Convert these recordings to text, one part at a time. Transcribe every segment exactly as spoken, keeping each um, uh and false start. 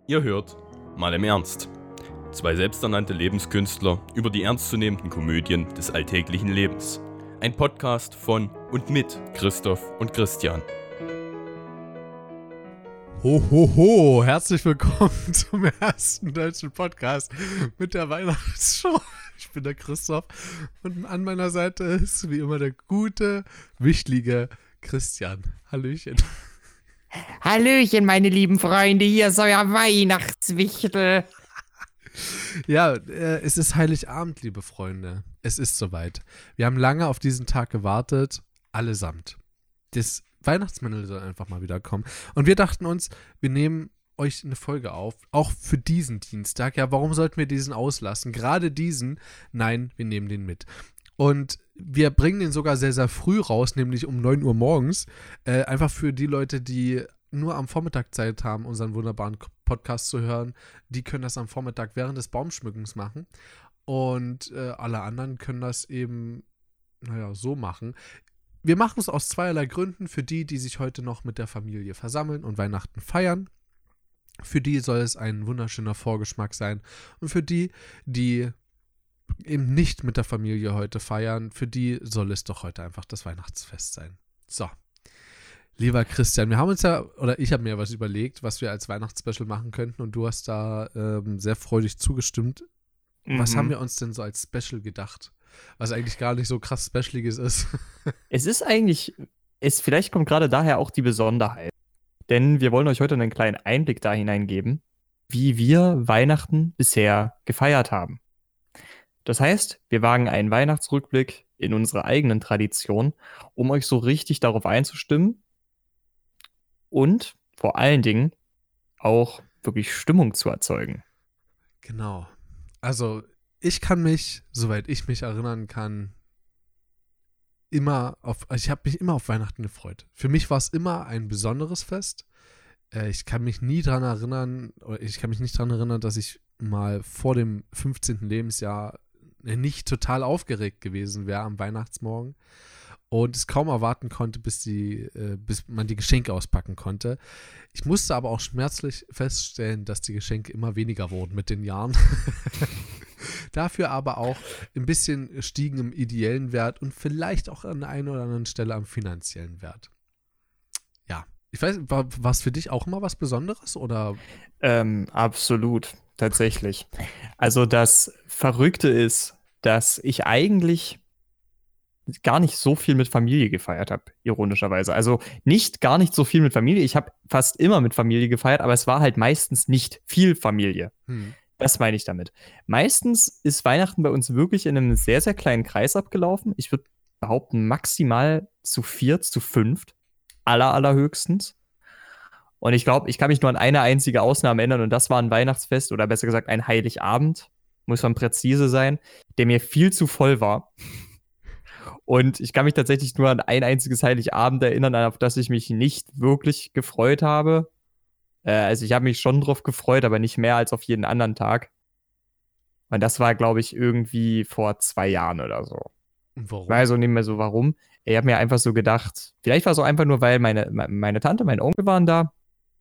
Ihr hört Mal im Ernst. Zwei selbsternannte Lebenskünstler über die ernstzunehmenden Komödien des alltäglichen Lebens. Ein Podcast von und mit Christoph und Christian. Ho, ho, ho, herzlich willkommen zum ersten deutschen Podcast mit der Weihnachtsshow. Ich bin der Christoph und an meiner Seite ist wie immer der gute, wichtige Christian. Hallöchen. Hallöchen, meine lieben Freunde, hier ist euer Weihnachtswichtel. Ja, äh, es ist Heiligabend, liebe Freunde. Es ist soweit. Wir haben lange auf diesen Tag gewartet, allesamt. Das Weihnachtsmänner soll einfach mal wieder kommen. Und wir dachten uns, wir nehmen euch eine Folge auf, auch für diesen Dienstag. Ja, warum sollten wir diesen auslassen? Gerade diesen? Nein, wir nehmen den mit. Und wir bringen den sogar sehr, sehr früh raus, nämlich um neun Uhr morgens. Äh, einfach für die Leute, die nur am Vormittag Zeit haben, unseren wunderbaren Podcast zu hören. Die können das am Vormittag während des Baumschmückens machen. Und äh, alle anderen können das eben, naja, so machen. Wir machen es aus zweierlei Gründen. Für die, die sich heute noch mit der Familie versammeln und Weihnachten feiern. Für die soll es ein wunderschöner Vorgeschmack sein. Und für die, die eben nicht mit der Familie heute feiern, für die soll es doch heute einfach das Weihnachtsfest sein. So, lieber Christian, wir haben uns ja, oder ich habe mir was überlegt, was wir als Weihnachtsspecial machen könnten und du hast da ähm, sehr freudig zugestimmt. Mhm. Was haben wir uns denn so als Special gedacht? Was eigentlich gar nicht so krass Specialiges ist. Es ist eigentlich, es, vielleicht kommt gerade daher auch die Besonderheit. Denn wir wollen euch heute einen kleinen Einblick da hineingeben, wie wir Weihnachten bisher gefeiert haben. Das heißt, wir wagen einen Weihnachtsrückblick in unsere eigenen Traditionen, um euch so richtig darauf einzustimmen und vor allen Dingen auch wirklich Stimmung zu erzeugen. Genau. Also ich kann mich, soweit ich mich erinnern kann, immer auf, also ich habe mich immer auf Weihnachten gefreut. Für mich war es immer ein besonderes Fest. Äh, ich kann mich nie daran erinnern, oder ich kann mich nicht daran erinnern, dass ich mal vor dem fünfzehnten Lebensjahr nicht total aufgeregt gewesen wäre am Weihnachtsmorgen und es kaum erwarten konnte, bis, die, äh, bis man die Geschenke auspacken konnte. Ich musste aber auch schmerzlich feststellen, dass die Geschenke immer weniger wurden mit den Jahren. Dafür aber auch ein bisschen stiegen im ideellen Wert und vielleicht auch an der einen oder anderen Stelle am finanziellen Wert. Ja, ich weiß, war es für dich auch immer was Besonderes oder? Ähm, absolut, tatsächlich. Also das Verrückte ist, dass ich eigentlich gar nicht so viel mit Familie gefeiert habe, ironischerweise. Also nicht gar nicht so viel mit Familie. Ich habe fast immer mit Familie gefeiert, aber es war halt meistens nicht viel Familie. Hm. Das meine ich damit. Meistens ist Weihnachten bei uns wirklich in einem sehr, sehr kleinen Kreis abgelaufen. Ich würde behaupten, maximal zu viert, zu fünft. Aller, allerhöchstens. Und ich glaube, ich kann mich nur an eine einzige Ausnahme erinnern und das war ein Weihnachtsfest oder besser gesagt ein Heiligabend, muss man präzise sein, der mir viel zu voll war. Und ich kann mich tatsächlich nur an ein einziges Heiligabend erinnern, auf das ich mich nicht wirklich gefreut habe. Äh, also ich habe mich schon drauf gefreut, aber nicht mehr als auf jeden anderen Tag. Und das war, glaube ich, irgendwie vor zwei Jahren oder so. Warum? Also nicht mehr so, warum? Ich habe mir einfach so gedacht, vielleicht war es auch einfach nur, weil meine, meine Tante, mein Onkel waren da.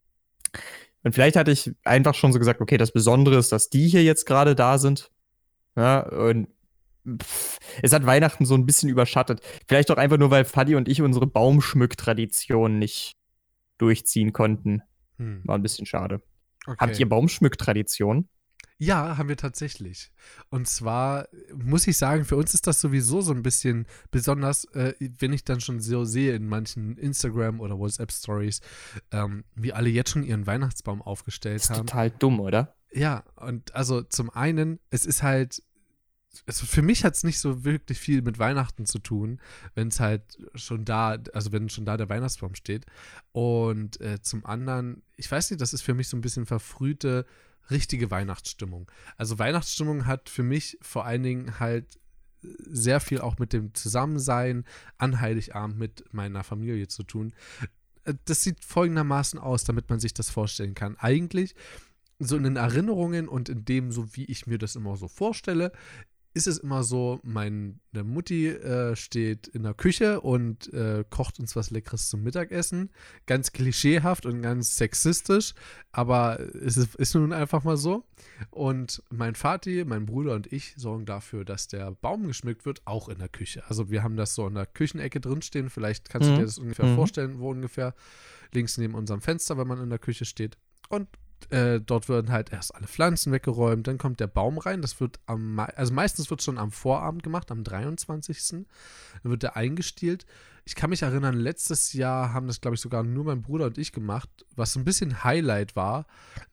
Und vielleicht hatte ich einfach schon so gesagt, okay, das Besondere ist, dass die hier jetzt gerade da sind. Ja, und pff, es hat Weihnachten so ein bisschen überschattet. Vielleicht auch einfach nur, weil Fadi und ich unsere Baumschmücktradition nicht durchziehen konnten. Hm. War ein bisschen schade. Okay. Habt ihr Baumschmücktradition? Ja, haben wir tatsächlich. Und zwar muss ich sagen, für uns ist das sowieso so ein bisschen besonders, äh, wenn ich dann schon so sehe in manchen Instagram- oder WhatsApp-Stories, ähm, wie alle jetzt schon ihren Weihnachtsbaum aufgestellt haben. Das ist total dumm, oder? Ja, und also zum einen, es ist halt, also für mich hat es nicht so wirklich viel mit Weihnachten zu tun, wenn es halt schon da, also wenn schon da der Weihnachtsbaum steht. Und äh, zum anderen, ich weiß nicht, das ist für mich so ein bisschen verfrühte richtige Weihnachtsstimmung. Also Weihnachtsstimmung hat für mich vor allen Dingen halt sehr viel auch mit dem Zusammensein an Heiligabend mit meiner Familie zu tun. Das sieht folgendermaßen aus, damit man sich das vorstellen kann. Eigentlich so in den Erinnerungen und in dem, so wie ich mir das immer so vorstelle, ist es immer so, meine Mutti äh, steht in der Küche und äh, kocht uns was Leckeres zum Mittagessen. Ganz klischeehaft und ganz sexistisch, aber es ist, ist nun einfach mal so. Und mein Vati, mein Bruder und ich sorgen dafür, dass der Baum geschmückt wird, auch in der Küche. Also wir haben das so in der Küchenecke drinstehen. Vielleicht kannst Mhm. du dir das ungefähr Mhm. vorstellen, wo ungefähr links neben unserem Fenster, wenn man in der Küche steht. Und Äh, dort werden halt erst alle Pflanzen weggeräumt, dann kommt der Baum rein, das wird am, mei- also meistens wird schon am Vorabend gemacht, am dreiundzwanzigsten Dann wird der eingestielt. Ich kann mich erinnern, letztes Jahr haben das, glaube ich, sogar nur mein Bruder und ich gemacht, was so ein bisschen Highlight war,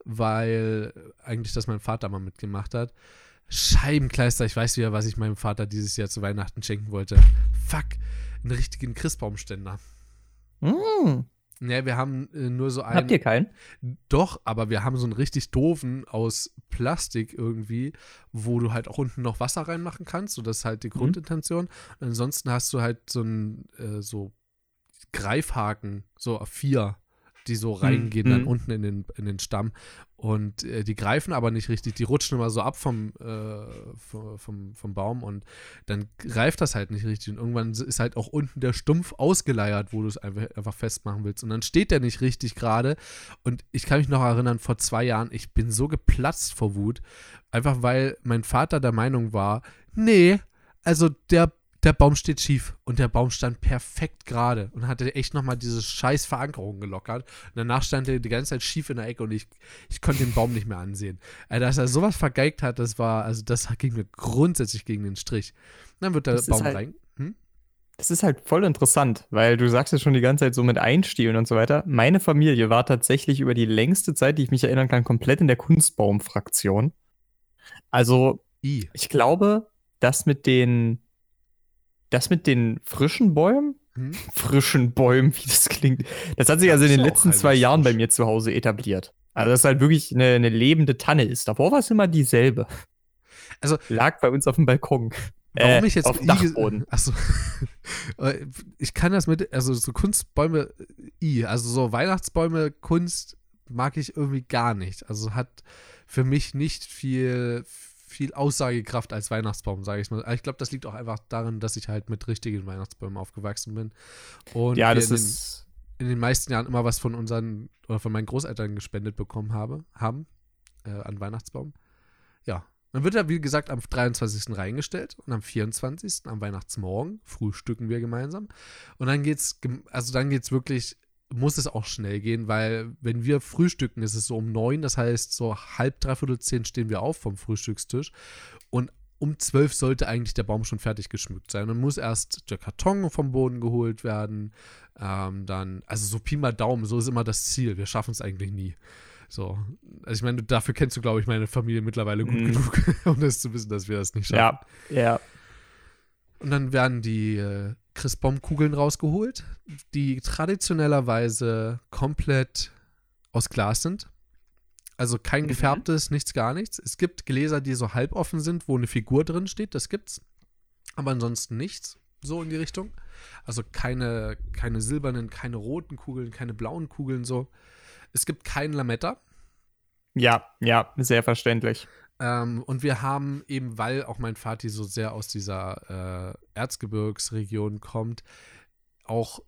weil eigentlich das mein Vater mal mitgemacht hat. Scheibenkleister, ich weiß wieder, was ich meinem Vater dieses Jahr zu Weihnachten schenken wollte. Fuck, einen richtigen Christbaumständer. Mm. Ne, wir haben äh, nur so einen. Habt ihr keinen? Doch, aber wir haben so einen richtig doofen aus Plastik irgendwie, wo du halt auch unten noch Wasser reinmachen kannst. So, das ist halt die Mhm. Grundintention. Und ansonsten hast du halt so einen äh, so Greifhaken, so vier, die so reingehen dann Mhm. unten in den, in den Stamm. Und äh, die greifen aber nicht richtig, die rutschen immer so ab vom, äh, vom, vom, vom Baum und dann greift das halt nicht richtig. Und irgendwann ist halt auch unten der Stumpf ausgeleiert, wo du es einfach, einfach festmachen willst. Und dann steht der nicht richtig gerade. Und ich kann mich noch erinnern, vor zwei Jahren, ich bin so geplatzt vor Wut, einfach weil mein Vater der Meinung war, nee, also der Der Baum steht schief und der Baum stand perfekt gerade und hatte echt nochmal diese scheiß Verankerung gelockert. Und danach stand er die ganze Zeit schief in der Ecke und ich, ich konnte den Baum nicht mehr ansehen. Also, dass er sowas vergeigt hat, das war, also das ging mir grundsätzlich gegen den Strich. Und dann wird der Das ist Baum halt- rein. Hm? Das ist halt voll interessant, weil du sagst ja schon die ganze Zeit so mit Einstielen und so weiter. Meine Familie war tatsächlich über die längste Zeit, die ich mich erinnern kann, komplett in der Kunstbaumfraktion. Also, I. ich glaube, das mit den, das mit den frischen Bäumen, Hm? frischen Bäumen, wie das klingt, das hat sich Das also in ist den ja auch letzten zwei halbwegs Jahren bei frisch. mir zu Hause etabliert. Also, dass halt wirklich eine, eine lebende Tanne ist. Davor war es immer dieselbe. Also- lag bei uns auf dem Balkon. Warum Äh, ich jetzt auf I ge- Dachboden. Achso. Ich kann das mit, also so Kunstbäume I, also so Weihnachtsbäume, Kunst mag ich irgendwie gar nicht. Also hat für mich nicht viel, viel Aussagekraft als Weihnachtsbaum, sage ich mal. Aber ich glaube, das liegt auch einfach daran, dass ich halt mit richtigen Weihnachtsbäumen aufgewachsen bin. Und Ja, wir das in den, ist. in den meisten Jahren immer was von unseren oder von meinen Großeltern gespendet bekommen habe, haben äh, an Weihnachtsbaum. Ja. Dann wird er, wie gesagt, am dreiundzwanzigsten reingestellt und am vierundzwanzigsten am Weihnachtsmorgen frühstücken wir gemeinsam. Und dann geht's, gem- also dann geht's wirklich, muss es auch schnell gehen, weil wenn wir frühstücken, ist es so um neun, das heißt so halb, dreiviertel zehn stehen wir auf vom Frühstückstisch und um zwölf sollte eigentlich der Baum schon fertig geschmückt sein. Dann muss erst der Karton vom Boden geholt werden, ähm, dann, also so Pi mal Daumen, so ist immer das Ziel. Wir schaffen es eigentlich nie. So, also ich meine, dafür kennst du, glaube ich, meine Familie mittlerweile gut Mhm. genug, um das zu wissen, dass wir das nicht schaffen. Ja, ja. Und dann werden die äh, Christbaumkugeln rausgeholt, die traditionellerweise komplett aus Glas sind. Also kein Mhm. gefärbtes, nichts, gar nichts. Es gibt Gläser, die so halboffen sind, wo eine Figur drin steht, das gibt's. Aber ansonsten nichts, so in die Richtung. Also keine, keine silbernen, keine roten Kugeln, keine blauen Kugeln, so. Es gibt kein Lametta. Ja, ja, sehr verständlich. Ähm, und wir haben eben, weil auch mein Vati so sehr aus dieser äh, Erzgebirgsregion kommt, auch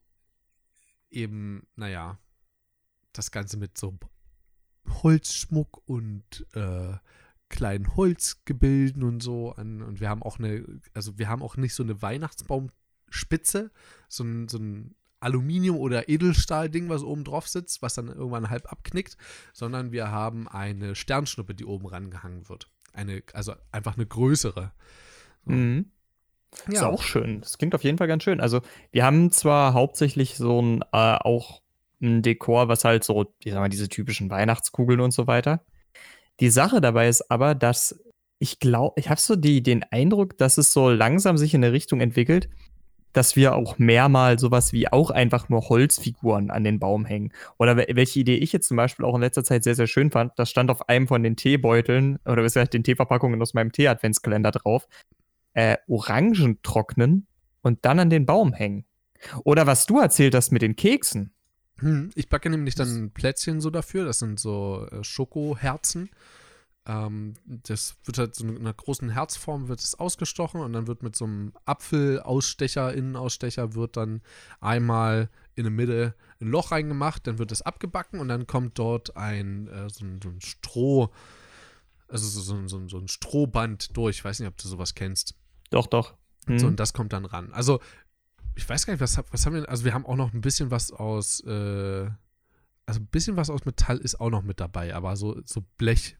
eben, naja, das Ganze mit so Holzschmuck und äh, kleinen Holzgebilden und so an. Und wir haben auch eine, also wir haben auch nicht so eine Weihnachtsbaumspitze, so ein, so ein Aluminium- oder Edelstahl-Ding, was oben drauf sitzt, was dann irgendwann halb abknickt, sondern wir haben eine Sternschnuppe, die oben rangehangen wird. Eine, also einfach eine größere. So. Mhm. Ist auch schön. Das klingt auf jeden Fall ganz schön. Also, wir haben zwar hauptsächlich so ein, äh, auch ein Dekor, was halt so, ich sag mal, diese typischen Weihnachtskugeln und so weiter. Die Sache dabei ist aber, dass ich glaube, ich habe so die, den Eindruck, dass es so langsam sich in eine Richtung entwickelt, dass wir auch mehr mal sowas wie auch einfach nur Holzfiguren an den Baum hängen. Oder wel- welche Idee ich jetzt zum Beispiel auch in letzter Zeit sehr, sehr schön fand, das stand auf einem von den Teebeuteln oder besser gesagt den Teeverpackungen aus meinem Tee-Adventskalender drauf. Äh, Orangen trocknen und dann an den Baum hängen. Oder was du erzählt hast mit den Keksen. Hm, ich backe nämlich dann Plätzchen so dafür. Das sind so äh, Schokoherzen. Ähm, das wird halt so in einer großen Herzform wird es ausgestochen und dann wird mit so einem Apfelausstecher, Innenausstecher, wird dann einmal in der Mitte ein Loch reingemacht, dann wird es abgebacken und dann kommt dort ein, äh, so, ein so ein Stroh, also so, so, so, so ein Strohband durch. Ich weiß nicht, ob du sowas kennst. Doch, doch. So, Mhm. und das kommt dann ran. Also, ich weiß gar nicht, was, was haben wir, also wir haben auch noch ein bisschen was aus, äh, also ein bisschen was aus Metall ist auch noch mit dabei, aber so, so Blech.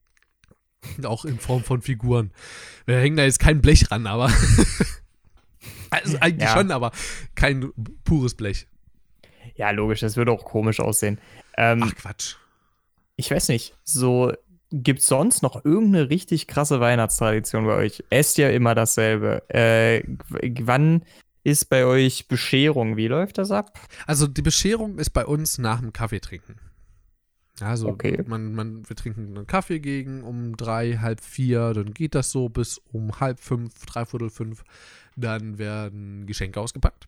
Auch in Form von Figuren. Wir hängen da jetzt kein Blech ran, aber also eigentlich Ja. schon, aber kein pures Blech. Ja, logisch, das würde auch komisch aussehen. Ähm, Ach Quatsch. ich weiß nicht, so gibt's sonst noch irgendeine richtig krasse Weihnachtstradition bei euch? Esst ihr immer dasselbe? Äh, w- wann ist bei euch Bescherung? Wie läuft das ab? Also die Bescherung ist bei uns nach dem Kaffee trinken. Also Okay. man, man, wir trinken einen Kaffee gegen um drei, halb vier, dann geht das so bis um halb fünf, dreiviertel fünf. Dann werden Geschenke ausgepackt.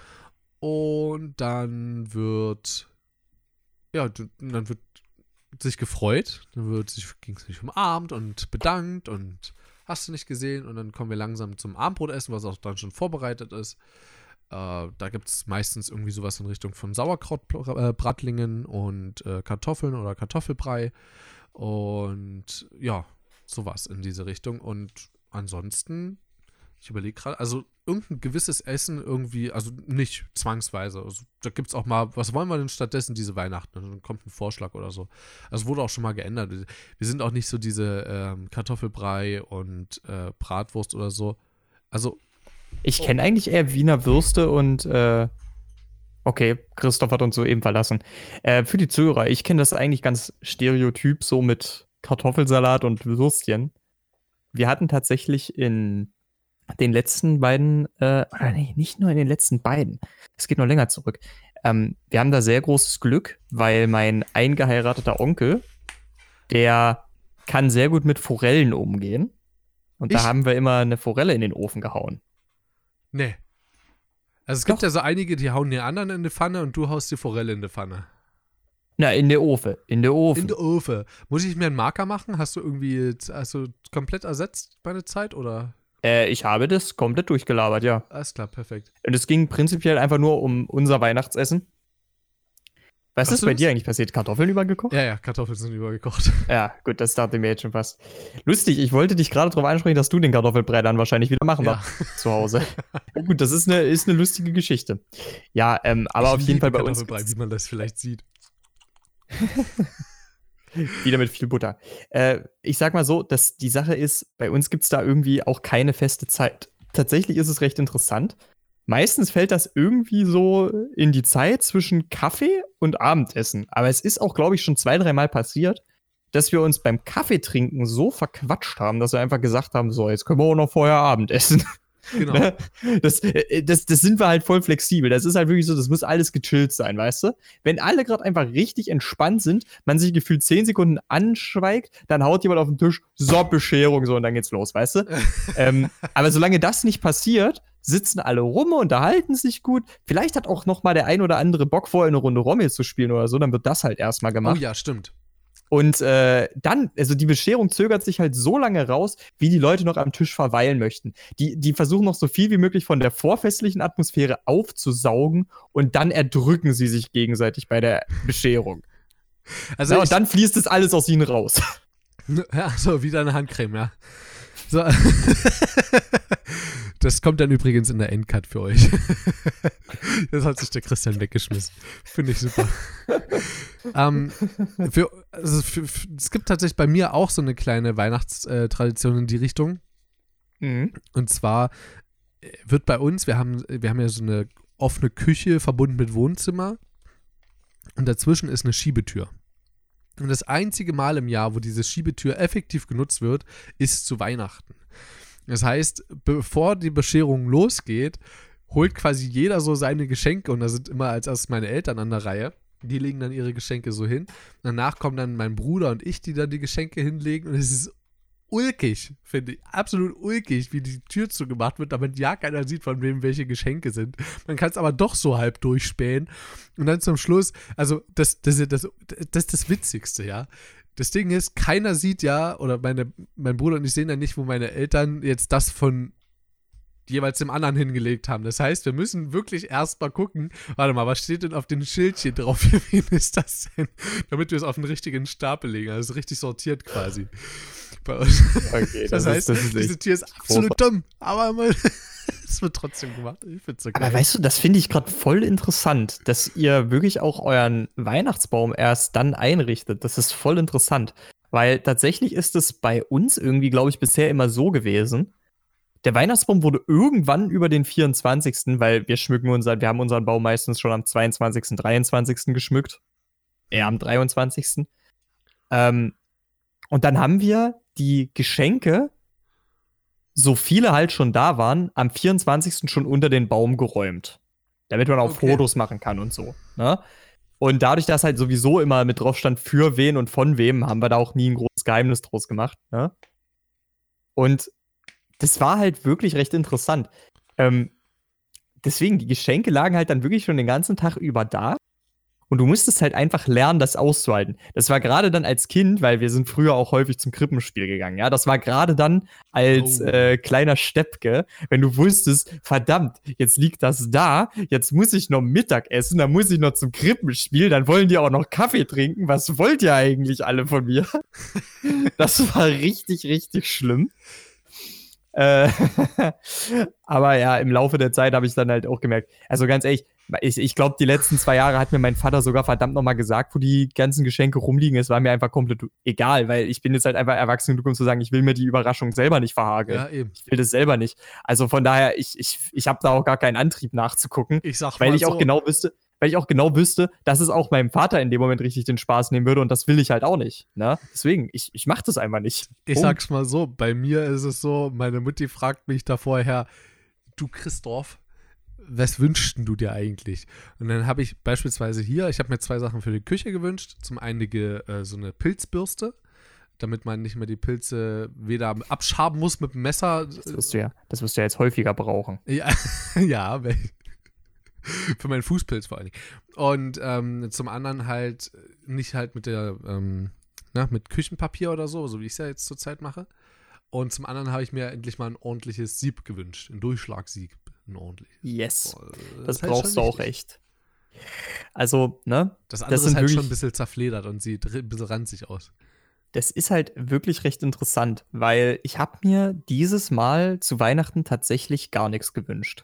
Und dann wird, ja, d- dann wird sich gefreut, dann wird sich gegenseitig umarmt und bedankt und hast du nicht gesehen. Und dann kommen wir langsam zum Abendbrotessen, was auch dann schon vorbereitet ist. Äh, da gibt es meistens irgendwie sowas in Richtung von Sauerkrautbratlingen und äh, Kartoffeln oder Kartoffelbrei. Und ja, sowas in diese Richtung. Und ansonsten, ich überlege gerade, also irgendein gewisses Essen irgendwie, also nicht zwangsweise. Also, da gibt es auch mal, was wollen wir denn stattdessen diese Weihnachten? Und dann kommt ein Vorschlag oder so. Das wurde auch schon mal geändert. Wir sind auch nicht so diese ähm, Kartoffelbrei und äh, Bratwurst oder so. Also, Ich kenne eigentlich eher Wiener Würste und äh, okay, Christoph hat uns soeben verlassen. Äh, für die Zuhörer, ich kenne das eigentlich ganz stereotyp so mit Kartoffelsalat und Würstchen. Wir hatten tatsächlich in den letzten beiden, äh, oder nee, nicht nur in den letzten beiden, es geht noch länger zurück. Ähm, wir haben da sehr großes Glück, weil mein eingeheirateter Onkel, der kann sehr gut mit Forellen umgehen. Und Ich? da haben wir immer eine Forelle in den Ofen gehauen. nee. Also es gibt Doch. ja so einige, die hauen den anderen in die Pfanne und du haust die Forelle in die Pfanne. Na, in der Ofen. In der Ofen. In der Ofen. Muss ich mir einen Marker machen? Hast du irgendwie, hast du komplett ersetzt meine Zeit oder? Äh, ich habe das komplett durchgelabert, ja. Alles klar, perfekt. Und es ging prinzipiell einfach nur um unser Weihnachtsessen. Was Hast ist du bei das? dir eigentlich passiert? Kartoffeln übergekocht? Ja, ja, Kartoffeln sind übergekocht. Ja, gut, das dachte ich mir jetzt schon fast. Lustig, ich wollte dich gerade darauf ansprechen, dass du den Kartoffelbrei dann wahrscheinlich wieder machen Ja. darfst zu Hause. Ja, gut, das ist eine, ist eine lustige Geschichte. Ja, ähm, aber Ich auf jeden liebe Fall bei uns Kartoffelbrei, gibt's wie man das vielleicht sieht. wieder mit viel Butter. Äh, ich sag mal so, dass die Sache ist, bei uns gibt es da irgendwie auch keine feste Zeit. Tatsächlich ist es recht interessant. Meistens fällt das irgendwie so in die Zeit zwischen Kaffee und Abendessen. Aber es ist auch, glaube ich, schon zwei, dreimal passiert, dass wir uns beim Kaffeetrinken so verquatscht haben, dass wir einfach gesagt haben, so, jetzt können wir auch noch vorher Abendessen. Genau. Ne? Das, äh, das, das sind wir halt voll flexibel. Das ist halt wirklich so, das muss alles gechillt sein, weißt du? Wenn alle gerade einfach richtig entspannt sind, man sich gefühlt zehn Sekunden anschweigt, dann haut jemand auf den Tisch, so, Bescherung, so, und dann geht's los, weißt du? ähm, aber solange das nicht passiert, sitzen alle rum, unterhalten sich gut. Vielleicht hat auch noch mal der ein oder andere Bock, vorher eine Runde Rommel zu spielen oder so, dann wird das halt erstmal Oh gemacht. ja, stimmt. Und äh, dann, also die Bescherung zögert sich halt so lange raus, wie die Leute noch am Tisch verweilen möchten. Die, die versuchen noch so viel wie möglich von der vorfestlichen Atmosphäre aufzusaugen und dann erdrücken sie sich gegenseitig bei der Bescherung. Also Ja, ich, und dann fließt es alles aus ihnen raus. ja, so wie deine Handcreme, ja. So. Das kommt dann übrigens in der Endcut für euch. Das hat sich der Christian weggeschmissen. Finde ich super. ähm, für, also für, für, es gibt tatsächlich bei mir auch so eine kleine Weihnachtstradition in die Richtung. Mhm. Und zwar wird bei uns, wir haben, wir haben ja so eine offene Küche verbunden mit Wohnzimmer. Und dazwischen ist eine Schiebetür. Und das einzige Mal im Jahr, wo diese Schiebetür effektiv genutzt wird, ist zu Weihnachten. Das heißt, bevor die Bescherung losgeht, holt quasi jeder so seine Geschenke und da sind immer als erstes meine Eltern an der Reihe. Die legen dann ihre Geschenke so hin. Danach kommen dann mein Bruder und ich, die dann die Geschenke hinlegen und es ist ulkig, finde ich. Absolut ulkig, wie die Tür zugemacht wird, damit ja keiner sieht, von wem welche Geschenke sind. Man kann es aber doch so halb durchspähen. Und dann zum Schluss, also das, das, das, das ist das Witzigste, ja. das Ding ist, keiner sieht ja, oder meine, mein Bruder und ich sehen ja nicht, wo meine Eltern jetzt das von jeweils dem anderen hingelegt haben. Das heißt, wir müssen wirklich erst mal gucken, warte mal, was steht denn auf dem Schildchen drauf? Für wen ist das denn? Damit wir es auf den richtigen Stapel legen. Also richtig sortiert quasi. Bei uns. Okay, das, das heißt, ist, das ist dieses Tier ist absolut dumm, aber es wird trotzdem gemacht. Ich find's so geil. Aber weißt du, das finde ich gerade voll interessant, dass ihr wirklich auch euren Weihnachtsbaum erst dann einrichtet. Das ist voll interessant. Weil tatsächlich ist es bei uns irgendwie, glaube ich, bisher immer so gewesen. Der Weihnachtsbaum wurde irgendwann über den vierundzwanzigsten, weil wir schmücken unseren, wir haben unseren Baum meistens schon am zweiundzwanzigsten, dreiundzwanzigsten geschmückt. Eher am dreiundzwanzigsten Ähm, und dann haben wir die Geschenke, so viele halt schon da waren, am vierundzwanzigsten schon unter den Baum geräumt. Damit man auch Okay. Fotos machen kann und so. Ne? Und dadurch, dass halt sowieso immer mit drauf stand, für wen und von wem, haben wir da auch nie ein großes Geheimnis draus gemacht. Ne? Und das war halt wirklich recht interessant. Ähm, deswegen, die Geschenke lagen halt dann wirklich schon den ganzen Tag über da. Und du musstest halt einfach lernen, das auszuhalten. Das war gerade dann als Kind, weil wir sind früher auch häufig zum Krippenspiel gegangen. Ja, das war gerade dann als Oh. äh, kleiner Steppke, wenn du wusstest, verdammt, jetzt liegt das da, jetzt muss ich noch Mittag essen, dann muss ich noch zum Krippenspiel, dann wollen die auch noch Kaffee trinken. Was wollt ihr eigentlich alle von mir? Das war richtig, richtig schlimm. Äh, aber ja, im Laufe der Zeit habe ich dann halt auch gemerkt, also ganz ehrlich, ich, ich glaube, die letzten zwei Jahre hat mir mein Vater sogar verdammt nochmal gesagt, wo die ganzen Geschenke rumliegen. Es war mir einfach komplett egal, weil ich bin jetzt halt einfach erwachsen genug, um zu sagen, ich will mir die Überraschung selber nicht verhageln. Ja, eben. Ich will das selber nicht. Also von daher, ich, ich, ich habe da auch gar keinen Antrieb nachzugucken, Ich sag weil mal ich auch so, genau wüsste, weil ich auch genau wüsste, dass es auch meinem Vater in dem Moment richtig den Spaß nehmen würde und das will ich halt auch nicht. Ne? Deswegen, ich, ich mach das einfach nicht. ich Punkt. sag's mal so, bei mir ist es so, meine Mutti fragt mich da vorher, du Christoph, was wünschst denn du dir eigentlich? Und dann habe ich beispielsweise hier, ich habe mir zwei Sachen für die Küche gewünscht. Zum einen die, äh, so eine Pilzbürste, damit man nicht mehr die Pilze weder abschaben muss mit dem Messer. Das wirst du ja, das wirst du ja jetzt häufiger brauchen. Ja, ja, weil- für meinen Fußpilz vor allen Dingen. Und ähm, zum anderen halt nicht halt mit der, ähm, na, mit Küchenpapier oder so, so wie ich es ja jetzt zurzeit mache. Und zum anderen habe ich mir endlich mal ein ordentliches Sieb gewünscht, ein Durchschlagsieb, ein ordentliches. Yes. Boah, Das ist halt brauchst schon du auch wichtig. echt. Also, ne? Das andere sind ist halt wirklich- schon ein bisschen zerfledert und sieht ri- ein bisschen ranzig aus. Das ist halt wirklich recht interessant, weil ich habe mir dieses Mal zu Weihnachten tatsächlich gar nichts gewünscht.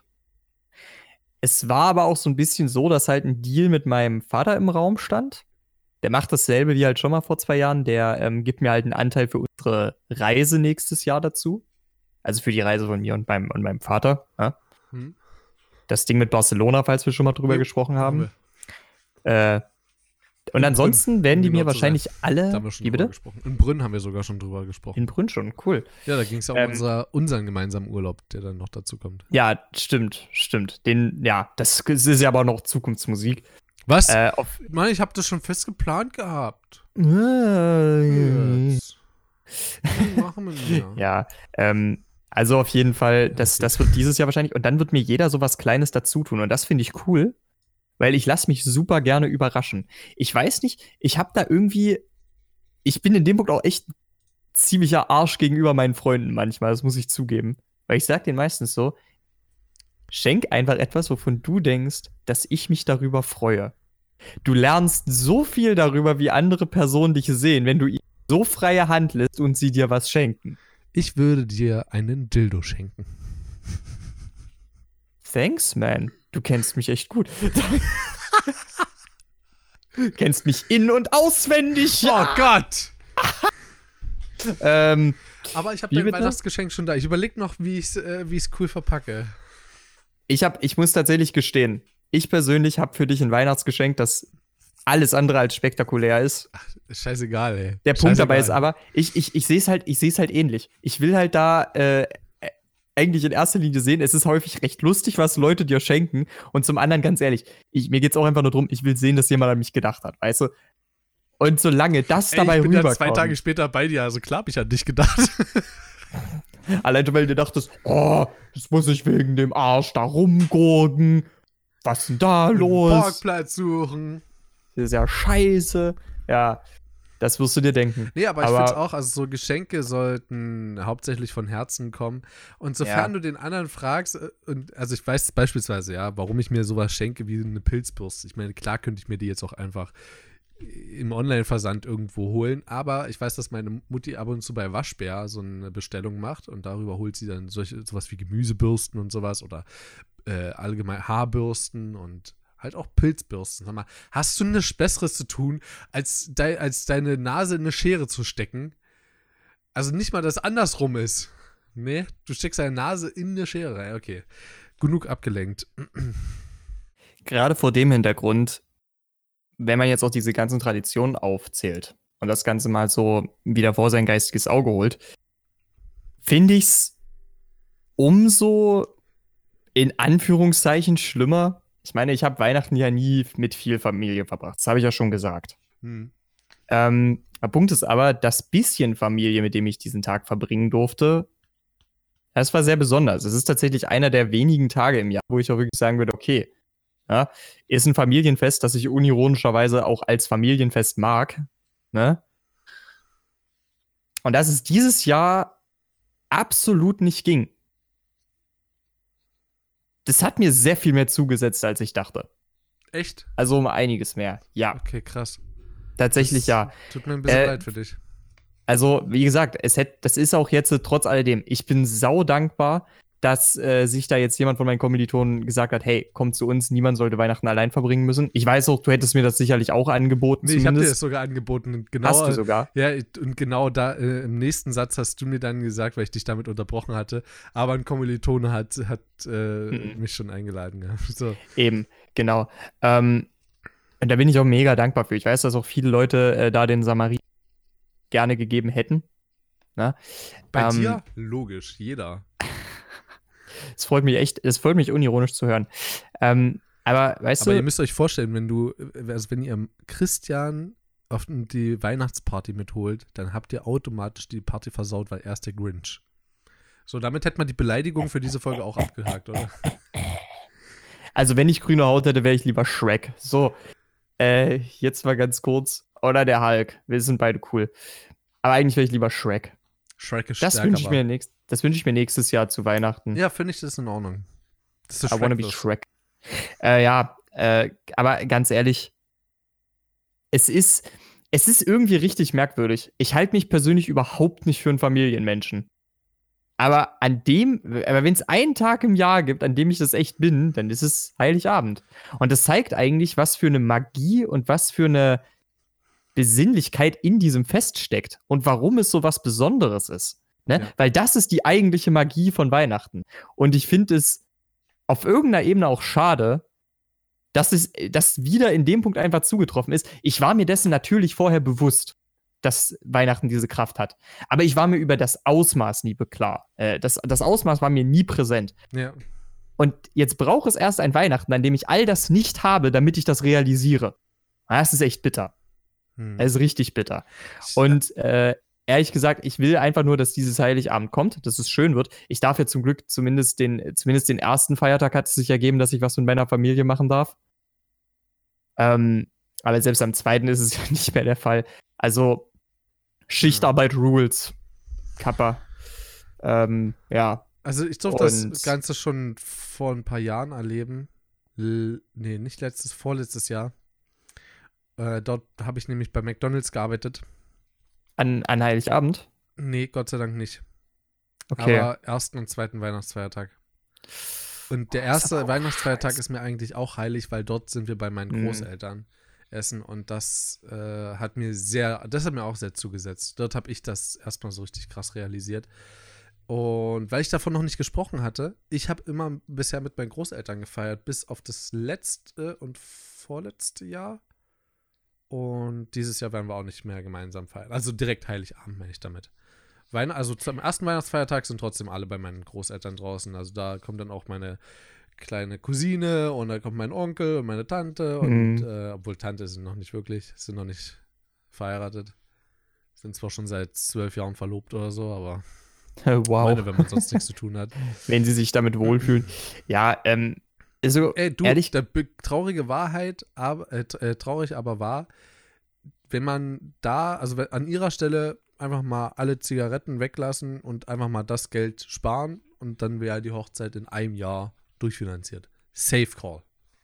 Es war aber auch so ein bisschen so, dass halt ein Deal mit meinem Vater im Raum stand. Der macht dasselbe wie halt schon mal vor zwei Jahren. Der ähm, gibt mir halt einen Anteil für unsere Reise nächstes Jahr dazu. Also für die Reise von mir und meinem, und meinem Vater. Ja? Hm? Das Ding mit Barcelona, falls wir schon mal drüber Ja, gesprochen haben. wir- Äh, und In ansonsten Brünn, werden die um mir genau zu wahrscheinlich Da alle. haben wir schon Wie drüber bitte? gesprochen. In Brünn haben wir sogar schon drüber gesprochen. In Brünn schon, cool. Ja, da ging es ja um Ähm, unser, unseren gemeinsamen Urlaub, der dann noch dazu kommt. Ja, stimmt, stimmt. Den, ja, das ist ja aber noch Zukunftsmusik. Was? Äh, auf, Mann, ich habe das schon fest geplant gehabt. Äh, Jetzt. Was machen wir denn? ja, ähm, also auf jeden Fall, das, das wird dieses Jahr wahrscheinlich. Und dann wird mir jeder so was Kleines dazu tun. Und das finde ich cool, weil ich lasse mich super gerne überraschen. Ich weiß nicht, ich habe da irgendwie, ich bin in dem Punkt auch echt ziemlicher Arsch gegenüber meinen Freunden manchmal, das muss ich zugeben. Weil ich sag denen meistens so, schenk einfach etwas, wovon du denkst, dass ich mich darüber freue. Du lernst so viel darüber, wie andere Personen dich sehen, wenn du ihnen so freie Hand lässt und sie dir was schenken. Ich würde dir einen Dildo schenken. Thanks, man. Du kennst mich echt gut. Kennst mich in- und auswendig. Oh Gott! Ähm, Aber ich habe Wie dein bitte? Weihnachtsgeschenk schon da. Ich überlege noch, wie ich es äh, wie ich's cool verpacke. ich, hab, ich muss tatsächlich gestehen, ich persönlich habe für dich ein Weihnachtsgeschenk, das alles andere als spektakulär ist. Ist scheißegal, ey. Der Punkt dabei ist Scheißegal. aber, ich, ich, ich sehe es halt, ich sehe es halt ähnlich. Ich will halt da äh, eigentlich in erster Linie sehen, es ist häufig recht lustig, was Leute dir schenken. Und zum anderen, ganz ehrlich, ich, mir geht's auch einfach nur darum, ich will sehen, dass jemand an mich gedacht hat, weißt du? Und solange das Ey, dabei ich bin ja rüberkommt, zwei Tage später bei dir, also klar hab ich an dich gedacht. allein weil du dachtest, oh, das muss ich wegen dem Arsch da rumgurken. Was ist denn da los? Parkplatz suchen. Das ist ja scheiße. Ja, Das wirst du dir denken. Nee, aber, Aber- ich finde auch, also so Geschenke sollten hauptsächlich von Herzen kommen. Und sofern Ja. du den anderen fragst, äh, und also ich weiß beispielsweise, ja, warum ich mir sowas schenke wie eine Pilzbürste. Ich meine, klar könnte ich mir die jetzt auch einfach im Online-Versand irgendwo holen, aber ich weiß, dass meine Mutti ab und zu bei Waschbär so eine Bestellung macht und darüber holt sie dann solche, sowas wie Gemüsebürsten und sowas oder äh, allgemein Haarbürsten und halt auch Pilzbürsten. Sag mal, hast du nichts Besseres zu tun, als, dei, als deine Nase in eine Schere zu stecken? Also nicht mal, dass es andersrum ist. Nee, du steckst deine Nase in eine Schere rein. Okay, genug abgelenkt. Gerade vor dem Hintergrund, wenn man jetzt auch diese ganzen Traditionen aufzählt und das Ganze mal so wieder vor sein geistiges Auge holt, finde ich es umso in Anführungszeichen schlimmer. Ich meine, ich habe Weihnachten ja nie mit viel Familie verbracht. Das habe ich ja schon gesagt. Hm. Ähm, der Punkt ist aber, das bisschen Familie, mit dem ich diesen Tag verbringen durfte, das war sehr besonders. Es ist tatsächlich einer der wenigen Tage im Jahr, wo ich auch wirklich sagen würde, okay, ja, ist ein Familienfest, das ich unironischerweise auch als Familienfest mag. Ne? Und dass es dieses Jahr absolut nicht ging. Das hat mir sehr viel mehr zugesetzt, als ich dachte. Echt? Also um einiges mehr. Ja, Okay, krass. tatsächlich Das ja. Tut mir ein bisschen Äh, leid für dich. Also, wie gesagt, es hätt, das ist auch jetzt äh, trotz alledem, ich bin sau dankbar, dass äh, sich da jetzt jemand von meinen Kommilitonen gesagt hat, hey, komm zu uns, niemand sollte Weihnachten allein verbringen müssen. Ich weiß auch, du hättest mir das sicherlich auch angeboten, Nee, ich habe dir das zumindest. sogar angeboten. Und genau, Hast du sogar? Ja, und genau da äh, im nächsten Satz hast du mir dann gesagt, weil ich dich damit unterbrochen hatte, aber ein Kommilitone hat, hat äh, Mhm. mich schon eingeladen. Ja. So. Eben, genau. Ähm, und da bin ich auch mega dankbar für. Ich weiß, dass auch viele Leute äh, da den Samari gerne gegeben hätten. Na? Bei Ähm, dir? Logisch, jeder. Es freut mich echt, es freut mich unironisch zu hören. Ähm, aber weißt Aber du, ihr müsst euch vorstellen, wenn du, also wenn ihr Christian auf die Weihnachtsparty mitholt, dann habt ihr automatisch die Party versaut, weil er ist der Grinch. So, damit hätte man die Beleidigung für diese Folge auch abgehakt, oder? also wenn ich grüne Haut hätte, wäre ich lieber Shrek. So, äh, jetzt mal ganz kurz. Oder der Hulk. Wir sind beide cool. Aber eigentlich wäre ich lieber Shrek. Shrek ist Das stärker, wünsche ich, aber- mir nächst, das wünsch ich mir nächstes Jahr zu Weihnachten. Ja, finde ich das in Ordnung. Das ist I wanna be Shrek-los. Shrek. Äh, ja, äh, aber ganz ehrlich, es ist, es ist irgendwie richtig merkwürdig. Ich halte mich persönlich überhaupt nicht für einen Familienmenschen. Aber an dem, aber wenn es einen Tag im Jahr gibt, an dem ich das echt bin, dann ist es Heiligabend. Und das zeigt eigentlich, was für eine Magie und was für eine Besinnlichkeit in diesem Fest steckt und warum es so was Besonderes ist. Ne? Ja. Weil das ist die eigentliche Magie von Weihnachten. Und ich finde es auf irgendeiner Ebene auch schade, dass es dass wieder in dem Punkt einfach zugetroffen ist. Ich war mir dessen natürlich vorher bewusst, dass Weihnachten diese Kraft hat. Aber ich war mir über das Ausmaß nie klar. Äh, das, das Ausmaß war mir nie präsent. Ja. Und jetzt braucht es erst ein Weihnachten, an dem ich all das nicht habe, damit ich das realisiere. Das ist echt bitter. Hm. Das ist richtig bitter. Und äh, ehrlich gesagt, ich will einfach nur, dass dieses Heiligabend kommt, dass es schön wird. Ich darf ja zum Glück zumindest den, zumindest den ersten Feiertag hat es sich ergeben, dass ich was mit meiner Familie machen darf. Ähm, aber selbst am zweiten ist es ja nicht mehr der Fall. Also Schichtarbeit rules. Kappa. Ähm, ja. Also ich durfte das Und- Ganze schon vor ein paar Jahren erleben. L nee, nicht letztes, vorletztes Jahr. Äh, dort habe ich nämlich bei McDonald's gearbeitet. An, an Heiligabend. Nee, Gott sei Dank nicht. Okay. Aber ersten und zweiten Weihnachtsfeiertag. Und der Oh, ist erste aber auch Weihnachtsfeiertag scheiße. ist mir eigentlich auch heilig, weil dort sind wir bei meinen Mhm. Großeltern essen. Und das äh, hat mir sehr, das hat mir auch sehr zugesetzt. Dort habe ich das erstmal so richtig krass realisiert. Und weil ich davon noch nicht gesprochen hatte, ich habe immer bisher mit meinen Großeltern gefeiert, bis auf das letzte und vorletzte Jahr. Und dieses Jahr werden wir auch nicht mehr gemeinsam feiern. Also direkt Heiligabend meine ich damit. Weihn also zum ersten Weihnachtsfeiertag sind trotzdem alle bei meinen Großeltern draußen. Also da kommt dann auch meine kleine Cousine und da kommt mein Onkel und meine Tante. Und Mhm. äh, obwohl Tante sind noch nicht wirklich, sind noch nicht verheiratet. Sind zwar schon seit zwölf Jahren verlobt oder so, aber Wow. meine, wenn man sonst nichts zu tun hat. Wenn sie sich damit wohlfühlen. Ja, ähm, also, Ey, du, ehrlich, der be- traurige Wahrheit, aber, äh, t- äh, traurig aber wahr, wenn man da, also an ihrer Stelle einfach mal alle Zigaretten weglassen und einfach mal das Geld sparen und dann wäre die Hochzeit in einem Jahr durchfinanziert. Safe Call.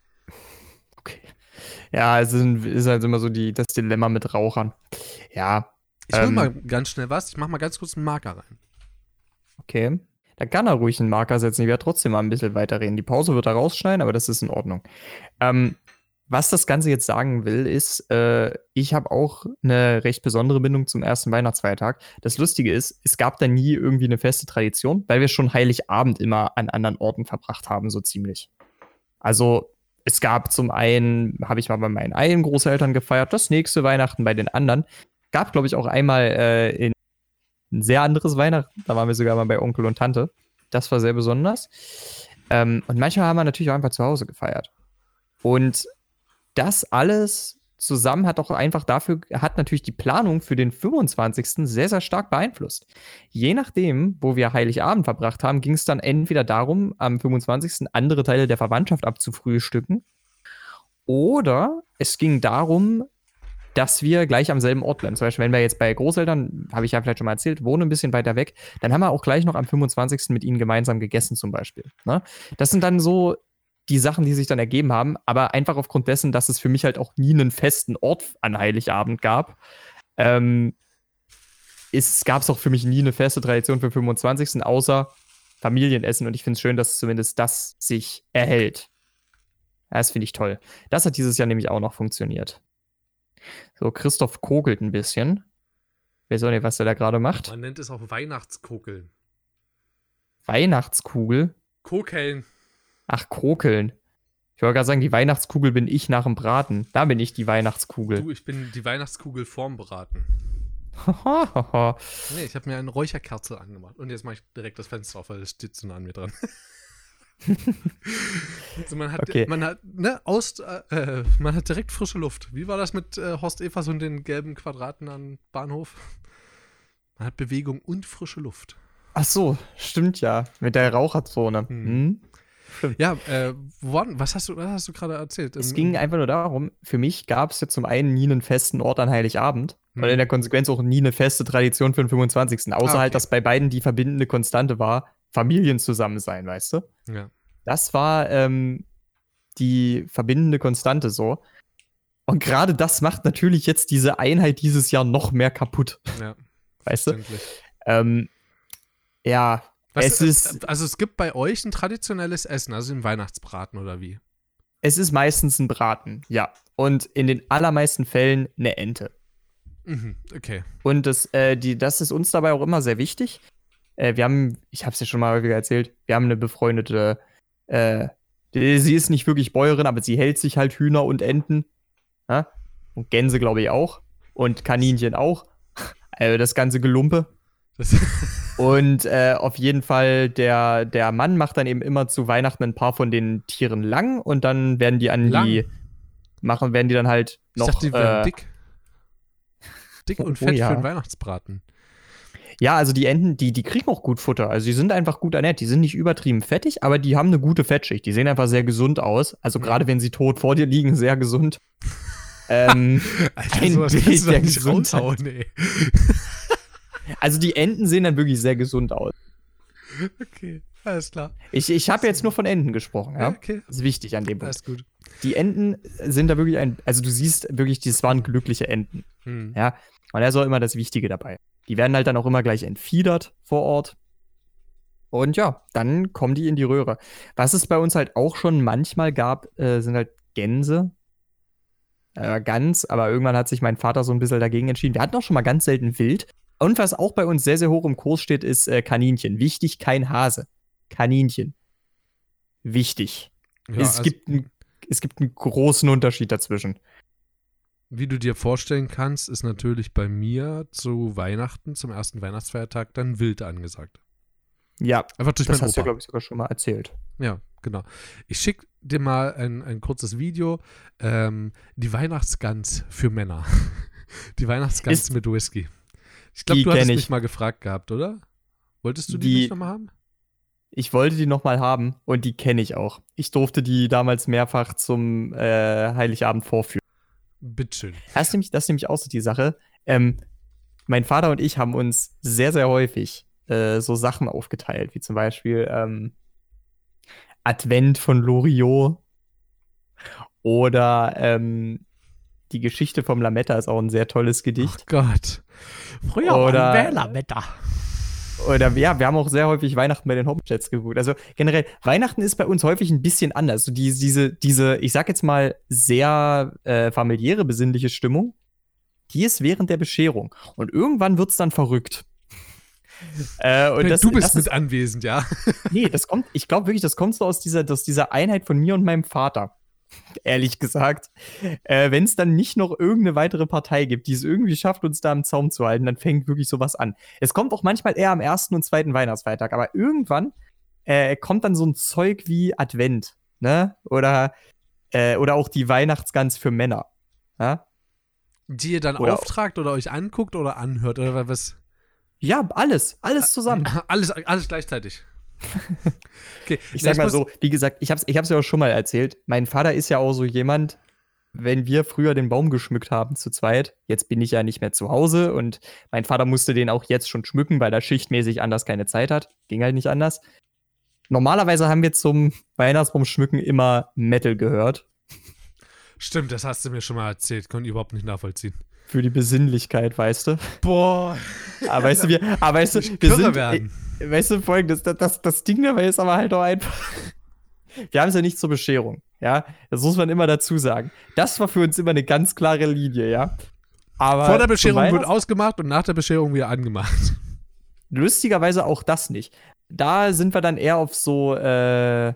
Okay. Ja, es ist, ist halt immer so die, das Dilemma mit Rauchern. Ja. Ich hol ähm, mal ganz schnell was. Ich mach mal ganz kurz einen Marker rein. Okay. Da kann er ruhig einen Marker setzen. Ich werde trotzdem mal ein bisschen weiterreden. Die Pause wird er rausschneiden, aber das ist in Ordnung. Ähm, was das Ganze jetzt sagen will, ist, äh, ich habe auch eine recht besondere Bindung zum ersten Weihnachtsfeiertag. Das Lustige ist, es gab da nie irgendwie eine feste Tradition, weil wir schon Heiligabend immer an anderen Orten verbracht haben, so ziemlich. Also, es gab zum einen, habe ich mal bei meinen einen Großeltern gefeiert, das nächste Weihnachten bei den anderen. Gab, glaube ich, auch einmal äh, in ein sehr anderes Weihnachten. Da waren wir sogar mal bei Onkel und Tante. Das war sehr besonders. Ähm, und manchmal haben wir natürlich auch einfach zu Hause gefeiert. Und das alles zusammen hat auch einfach dafür, hat natürlich die Planung für den fünfundzwanzigsten sehr, sehr stark beeinflusst. Je nachdem, wo wir Heiligabend verbracht haben, ging es dann entweder darum, am fünfundzwanzigsten andere Teile der Verwandtschaft abzufrühstücken, oder es ging darum, dass wir gleich am selben Ort bleiben. Zum Beispiel, wenn wir jetzt bei Großeltern, habe ich ja vielleicht schon mal erzählt, wohnen ein bisschen weiter weg, dann haben wir auch gleich noch am fünfundzwanzigsten mit ihnen gemeinsam gegessen zum Beispiel. Ne? Das sind dann so die Sachen, die sich dann ergeben haben, aber einfach aufgrund dessen, dass es für mich halt auch nie einen festen Ort an Heiligabend gab, ähm, gab es auch für mich nie eine feste Tradition für fünfundzwanzigsten außer Familienessen, und ich finde es schön, dass zumindest das sich erhält. Das finde ich toll. Das hat dieses Jahr nämlich auch noch funktioniert. So, Christoph kokelt ein bisschen. Ich weiß auch nicht, was er da gerade macht. Man nennt es auch Weihnachtskokeln. Weihnachtskugel? Kokeln. Ach, kokeln. Ich wollte gerade sagen, die Weihnachtskugel bin ich nach dem Braten. Da bin ich die Weihnachtskugel. Du, ich bin die Weihnachtskugel vorm Braten. Nee, ich habe mir eine Räucherkerze angemacht. Und jetzt mache ich direkt das Fenster auf, weil es steht zu nah an mir dran. Also man hat, Okay. man hat, ne, aus, äh, man hat direkt frische Luft. Wie war das mit äh, Horst Evers und den gelben Quadraten am Bahnhof? Man hat Bewegung und frische Luft. Ach so, stimmt ja. Mit der Raucherzone. Hm. Hm. Ja, äh, wann, was hast du, was hast du gerade erzählt? Es Im- ging einfach nur darum, für mich gab es ja zum einen nie einen festen Ort an Heiligabend Hm. und in der Konsequenz auch nie eine feste Tradition für den fünfundzwanzigsten Außer Ah, okay. halt, dass bei beiden die verbindende Konstante war, Familien zusammen sein, weißt du? Ja. Das war ähm, die verbindende Konstante so. Und gerade das macht natürlich jetzt diese Einheit dieses Jahr noch mehr kaputt, Ja, weißt du? verständlich. Ähm, ja, Was, es ist, äh, also es gibt bei euch ein traditionelles Essen, also ein Weihnachtsbraten oder wie? es ist meistens ein Braten, ja. Und in den allermeisten Fällen eine Ente. Mhm, okay. Und das, äh, die, das ist uns dabei auch immer sehr wichtig. Äh, wir haben, ich habe es ja schon mal häufiger erzählt, wir haben eine befreundete, äh, die, sie ist nicht wirklich Bäuerin, aber sie hält sich halt Hühner und Enten. Ja? Und Gänse, glaube ich, auch. Und Kaninchen auch. Also das ganze Gelumpe. Das, Und äh, auf jeden Fall, der, der Mann macht dann eben immer zu Weihnachten ein paar von den Tieren lang und dann werden die an Lang? die, machen, werden die dann halt ich noch. dachte, die wären äh, dick. Dick und oh fett ja. für den Weihnachtsbraten. Ja, also die Enten, die, die kriegen auch gut Futter. Also die sind einfach gut ernährt. Die sind nicht übertrieben fettig, aber die haben eine gute Fettschicht. Die sehen einfach sehr gesund aus. Also Mhm. gerade wenn sie tot vor dir liegen, sehr gesund. ähm, Alter, Ein sowas Bild kannst du doch der nicht Gesundheit. raushauen, ey. also die Enten sehen dann wirklich sehr gesund aus. Okay, alles klar. Ich, ich habe jetzt nur von Enten gesprochen, ja. Okay, Das ist wichtig an dem Punkt. alles gut. Die Enten sind da wirklich ein, also du siehst wirklich, das waren glückliche Enten. Hm. Ja, und da ist auch immer das Wichtige dabei. Die werden halt dann auch immer gleich entfiedert vor Ort. Und ja, dann kommen die in die Röhre. Was es bei uns halt auch schon manchmal gab, äh, sind halt Gänse. Äh, Gans, aber irgendwann hat sich mein Vater so ein bisschen dagegen entschieden. Wir hatten auch schon mal ganz selten Wild. Und was auch bei uns sehr, sehr hoch im Kurs steht, ist äh, Kaninchen. Wichtig, kein Hase. Kaninchen. Wichtig. Ja, es, also, gibt ein, es gibt einen großen Unterschied dazwischen. wie du dir vorstellen kannst, ist natürlich bei mir zu Weihnachten, zum ersten Weihnachtsfeiertag, dann Wild angesagt. Ja, Einfach durch das meinen hast du, Opa. glaube ich, sogar schon mal erzählt. Ja, genau. Ich schicke dir mal ein, ein kurzes Video. Ähm, die Weihnachtsgans für Männer. Die Weihnachtsgans Ist- mit Whisky. Ich glaube, Die du hattest kenn ich. mich mal gefragt gehabt, oder? Wolltest du die, Die- nicht nochmal haben? Ich wollte die noch mal haben und die kenne ich auch. Ich durfte die damals mehrfach zum äh, Heiligabend vorführen. Bitteschön. Das ist nämlich, das ist nämlich auch so die Sache. Ähm, mein Vater und ich haben uns sehr, sehr häufig äh, so Sachen aufgeteilt, wie zum Beispiel ähm, Advent von Loriot oder ähm, die Geschichte vom Lametta ist auch ein sehr tolles Gedicht. Oh Gott. Früher Oder- waren wir Lametta. Oder ja, wir haben auch sehr häufig Weihnachten bei den Hoppenstädts geguckt. Also generell, Weihnachten ist bei uns häufig ein bisschen anders. So die, diese, diese, ich sag jetzt mal, sehr äh, familiäre, besinnliche Stimmung, die ist während der Bescherung. Und irgendwann wird's dann verrückt. äh, und das, du bist das mit ist, anwesend, ja. Nee, das kommt, ich glaube wirklich, das kommt so aus dieser, aus dieser Einheit von mir und meinem Vater. Ehrlich gesagt. Äh, Wenn es dann nicht noch irgendeine weitere Partei gibt, die es irgendwie schafft, uns da im Zaum zu halten, dann fängt wirklich sowas an. Es kommt auch manchmal eher am ersten und zweiten Weihnachtsfeiertag, aber irgendwann äh, kommt dann so ein Zeug wie Advent, ne? Oder, äh, oder auch die Weihnachtsgans für Männer. Ja, Die ihr dann Oder- auftragt oder euch anguckt oder anhört oder was? ja alles, alles zusammen. Alles, alles gleichzeitig. Okay. Ich Nee, sag mal muss- so, wie gesagt, ich hab's, ich hab's ja auch schon mal erzählt. Mein Vater ist ja auch so jemand, wenn wir früher den Baum geschmückt haben zu zweit, jetzt bin ich ja nicht mehr zu Hause und mein Vater musste den auch jetzt schon schmücken, weil er schichtmäßig anders keine Zeit hat. Ging halt nicht anders. Normalerweise haben wir zum Weihnachtsbaumschmücken immer Metal gehört. Stimmt, das hast du mir schon mal erzählt. Konnte ich überhaupt nicht nachvollziehen. Für die Besinnlichkeit, weißt du. Boah. Aber weißt du, wir, aber weißt du, wir Kirre sind, werden. äh, weißt du, folgendes, das, das, das Ding dabei ist aber halt auch einfach, wir haben es ja nicht zur Bescherung, ja, das muss man immer dazu sagen. Das war für uns immer eine ganz klare Linie, ja. Aber Vor der zum Bescherung wird Weihnachts- ausgemacht und nach der Bescherung wieder angemacht. lustigerweise auch das nicht. Da sind wir dann eher auf so, äh,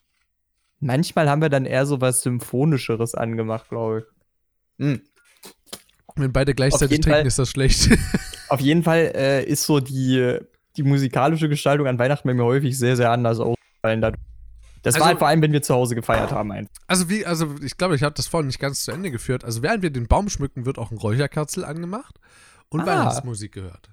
manchmal haben wir dann eher so was Symphonischeres angemacht, glaube ich. Hm. Wenn beide gleichzeitig jeden trinken, Fall- ist das schlecht. Auf jeden Fall äh, ist so die, die musikalische Gestaltung an Weihnachten bei mir häufig sehr, sehr anders ausgefallen dadurch. Das Also- war halt vor allem, wenn wir zu Hause gefeiert haben. Einfach. Also wie, also ich glaube, ich habe das vorhin nicht ganz zu Ende geführt. Also während wir den Baum schmücken, wird auch ein Räucherkerzel angemacht und Ah. Weihnachtsmusik gehört.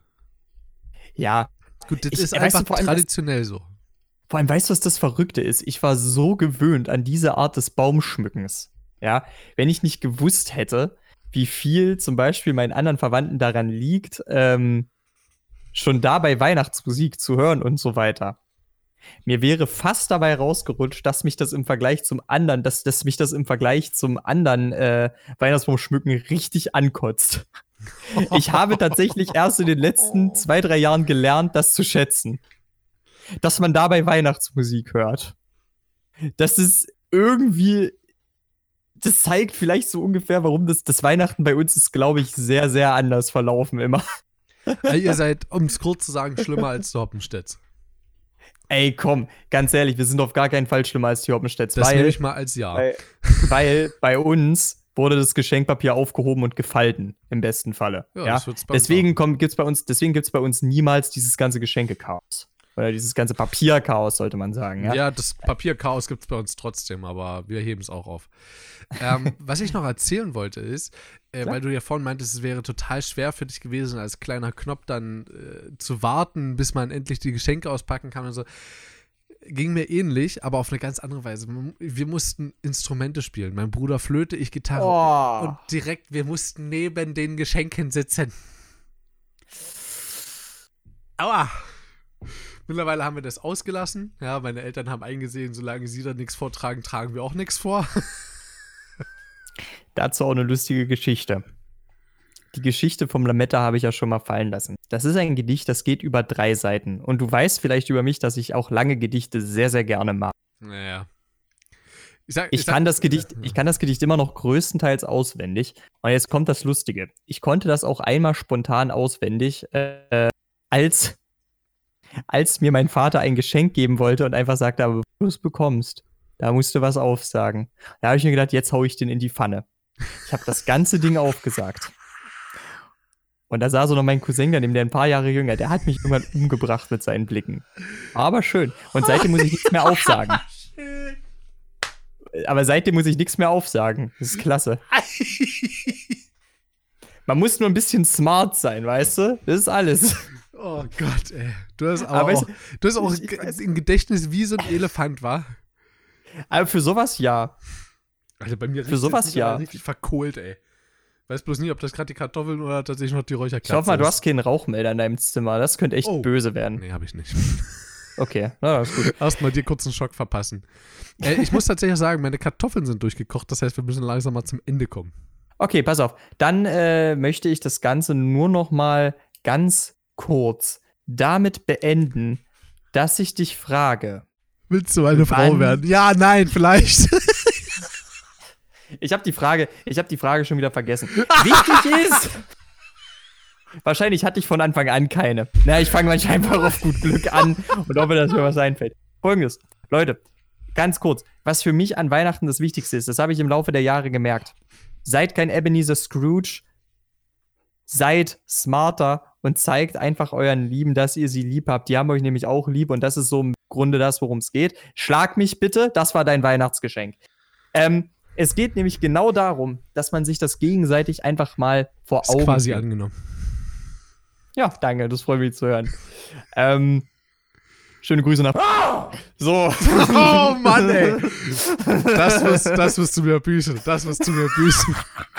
Ja, Gut, das Ich- ist weißt einfach du, vor allem das- traditionell so. vor allem, weißt du, was das Verrückte ist? Ich war so gewöhnt an diese Art des Baumschmückens. Ja, wenn ich nicht gewusst hätte, wie viel zum Beispiel meinen anderen Verwandten daran liegt, ähm, schon dabei Weihnachtsmusik zu hören und so weiter. Mir wäre fast dabei rausgerutscht, dass mich das im Vergleich zum anderen, dass, dass mich das im Vergleich zum anderen äh, Weihnachtsbaumschmücken richtig ankotzt. Ich habe tatsächlich erst in den letzten zwei, drei Jahren gelernt, das zu schätzen. Dass man dabei Weihnachtsmusik hört. Das ist irgendwie, das zeigt vielleicht so ungefähr, warum das, das Weihnachten bei uns ist, glaube ich, sehr, sehr anders verlaufen immer. Also ihr seid, um es kurz zu sagen, schlimmer als die Hoppenstedts. Ey, komm, ganz ehrlich, wir sind auf gar keinen Fall schlimmer als die Hoppenstedts, Das nehme weil, ich mal als Ja. weil, weil bei uns wurde das Geschenkpapier aufgehoben und gefalten, im besten Falle. Ja, Ja, das wird's bei uns deswegen kommt, gibt's bei uns, deswegen gibt's bei uns niemals dieses ganze Geschenkechaos. Oder dieses ganze Papierchaos, sollte man sagen. Ja, Ja, das Papierchaos gibt es bei uns trotzdem, aber wir heben es auch auf. ähm, was ich noch erzählen wollte ist, äh, Klar. weil du ja vorhin meintest, es wäre total schwer für dich gewesen, als kleiner Knopf dann äh, zu warten, bis man endlich die Geschenke auspacken kann und so. Ging mir ähnlich, aber auf eine ganz andere Weise. Wir mussten Instrumente spielen. Mein Bruder Flöte, ich Gitarre. Oh. Und direkt, wir mussten neben den Geschenken sitzen. Aua! Mittlerweile haben wir das ausgelassen. Ja, meine Eltern haben eingesehen, solange sie da nichts vortragen, tragen wir auch nichts vor. Dazu auch eine lustige Geschichte. Die Geschichte vom Lametta habe ich ja schon mal fallen lassen. Das ist ein Gedicht, das geht über drei Seiten. Und du weißt vielleicht über mich, dass ich auch lange Gedichte sehr, sehr gerne mag. Naja. Ich, sag, Ich sag- kann das Gedicht, ich kann das Gedicht immer noch größtenteils auswendig. Und jetzt kommt das Lustige. Ich konnte das auch einmal spontan auswendig, äh, als, als mir mein Vater ein Geschenk geben wollte und einfach sagte, aber du es bekommst, da musst du was aufsagen. Da habe ich mir gedacht, jetzt hau ich den in die Pfanne. Ich habe das ganze Ding aufgesagt. Und da sah so noch mein Cousin daneben, der ein paar Jahre jünger, der hat mich irgendwann umgebracht mit seinen Blicken. Aber schön. Und seitdem muss ich nichts mehr aufsagen. Aber seitdem muss ich nichts mehr aufsagen. Das ist klasse. Man muss nur ein bisschen smart sein, weißt du? Das ist alles. Oh Gott, ey. Du hast aber Aber auch, du hast auch ich- ich weiß- ein Gedächtnis wie so ein Elefant, war. Aber für sowas ja. Alter, bei mir Für sowas riecht's jetzt ja. richtig verkohlt, ey. Weiß bloß nie, ob das gerade die Kartoffeln oder tatsächlich noch die Räucherkerze Ich hoffe mal, du ist. hast keinen Rauchmelder in deinem Zimmer. Das könnte echt Oh. böse werden. Nee, habe ich nicht. Okay, na, das ist gut. Erstmal dir kurz einen Schock verpassen. Äh, ich muss tatsächlich sagen, meine Kartoffeln sind durchgekocht. Das heißt, wir müssen langsam mal zum Ende kommen. Okay, pass auf. Dann äh, möchte ich das Ganze nur noch mal ganz kurz damit beenden, dass ich dich frage. Willst du meine Frau Wann- werden? Ja, nein, vielleicht. Ich habe die Frage, ich habe die Frage schon wieder vergessen. Wichtig ist, wahrscheinlich hatte ich von Anfang an keine. Na, ich fange manchmal einfach auf gut Glück an und hoffe, dass mir was einfällt. Folgendes, Leute, ganz kurz, was für mich an Weihnachten das Wichtigste ist, das habe ich im Laufe der Jahre gemerkt. Seid kein Ebenezer Scrooge, seid smarter und zeigt einfach euren Lieben, dass ihr sie lieb habt. Die haben euch nämlich auch lieb und das ist so im Grunde das, worum es geht. Schlag mich bitte, das war dein Weihnachtsgeschenk. Ähm, es geht nämlich genau darum, dass man sich das gegenseitig einfach mal vor Ist Augen quasi führt. angenommen. Ja, danke, das freut mich zu hören. ähm, schöne Grüße nach. So. Oh Mann, ey. Das wirst, das wirst du mir büßen. Das wirst du mir büßen.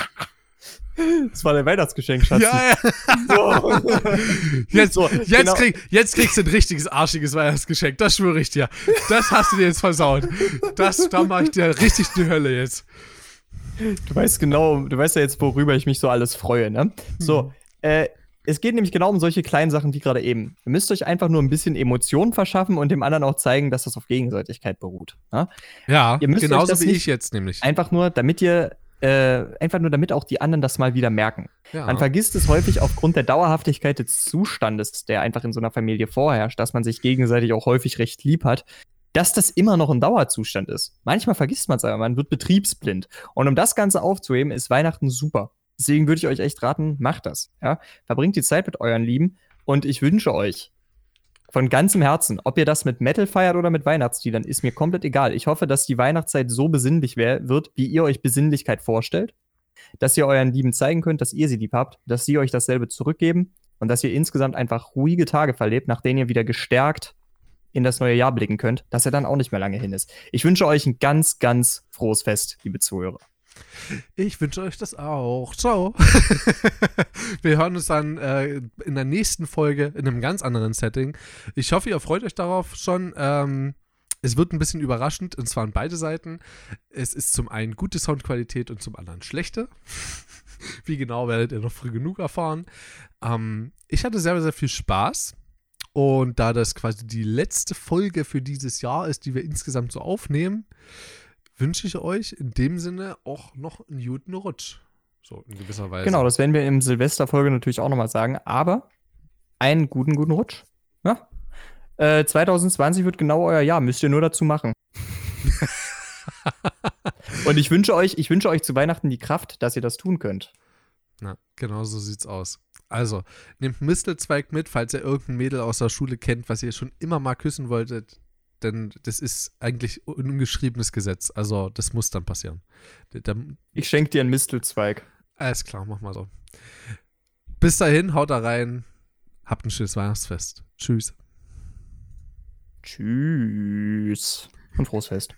Das war dein Weihnachtsgeschenk, Schatz. Ja, ja. So. Jetzt, So, jetzt, genau. krieg, jetzt kriegst du ein richtiges arschiges Weihnachtsgeschenk. Das schwöre ich dir. Das hast du dir jetzt versaut. Das, da mache ich dir richtig die Hölle jetzt. Du weißt genau, du weißt ja jetzt, worüber ich mich so alles freue, ne? So, äh, es geht nämlich genau um solche kleinen Sachen wie gerade eben. Ihr müsst euch einfach nur ein bisschen Emotionen verschaffen und dem anderen auch zeigen, dass das auf Gegenseitigkeit beruht. Ne? Ja, Ihr müsst euch genauso das wie nicht- ich jetzt nämlich. Einfach nur, damit ihr, äh, einfach nur, damit auch die anderen das mal wieder merken. Ja. Man vergisst es häufig aufgrund der Dauerhaftigkeit des Zustandes, der einfach in so einer Familie vorherrscht, dass man sich gegenseitig auch häufig recht lieb hat, dass das immer noch ein Dauerzustand ist. Manchmal vergisst man es aber, man wird betriebsblind. Und um das Ganze aufzuheben, ist Weihnachten super. Deswegen würde ich euch echt raten, macht das. Ja? Verbringt die Zeit mit euren Lieben und ich wünsche euch von ganzem Herzen, ob ihr das mit Metal feiert oder mit Weihnachtsliedern, ist mir komplett egal. Ich hoffe, dass die Weihnachtszeit so besinnlich wär, wird, wie ihr euch Besinnlichkeit vorstellt. Dass ihr euren Lieben zeigen könnt, dass ihr sie lieb habt, dass sie euch dasselbe zurückgeben und dass ihr insgesamt einfach ruhige Tage verlebt, nach denen ihr wieder gestärkt in das neue Jahr blicken könnt, dass er dann auch nicht mehr lange hin ist. Ich wünsche euch ein ganz, ganz frohes Fest, liebe Zuhörer. Ich wünsche euch das auch. Ciao. Wir hören uns dann äh, in der nächsten Folge in einem ganz anderen Setting. Ich hoffe, ihr freut euch darauf schon. Ähm, es wird ein bisschen überraschend, und zwar an beide Seiten. Es ist zum einen gute Soundqualität und zum anderen schlechte. Wie genau, werdet ihr noch früh genug erfahren. Ähm, ich hatte sehr, sehr viel Spaß. Und da das quasi die letzte Folge für dieses Jahr ist, die wir insgesamt so aufnehmen, wünsche ich euch in dem Sinne auch noch einen guten Rutsch. So in gewisser Weise. Genau, das werden wir im Silvesterfolge natürlich auch nochmal sagen, aber einen guten, guten Rutsch. Ja? Äh, zwanzig zwanzig wird genau euer Jahr, müsst ihr nur dazu machen. Und ich wünsche euch, ich wünsche euch zu Weihnachten die Kraft, dass ihr das tun könnt. Na, genau so sieht's aus. Also, nehmt Mistelzweig mit, falls ihr irgendein Mädel aus der Schule kennt, was ihr schon immer mal küssen wolltet. Denn das ist eigentlich ein ungeschriebenes Gesetz. Also, das muss dann passieren. Da, Ich schenke dir einen Mistelzweig. alles klar, mach mal so. Bis dahin, haut da rein. Habt ein schönes Weihnachtsfest. Tschüss. Tschüss. Und frohes Fest.